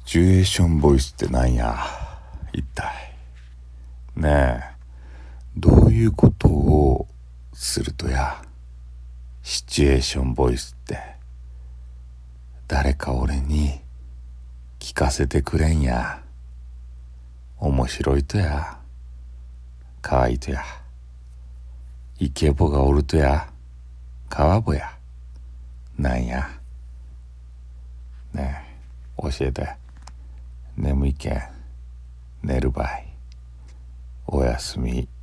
チュエーションボイスってなんや一体。ねえ、どういうことをするとや。シチュエーションボイスって誰か俺に聞かせてくれんや。面白いとや、かわいいとや、イケボがおるとや、かわぼや、なんや。ねえ、教えて。眠いけん寝るばい。おやすみ。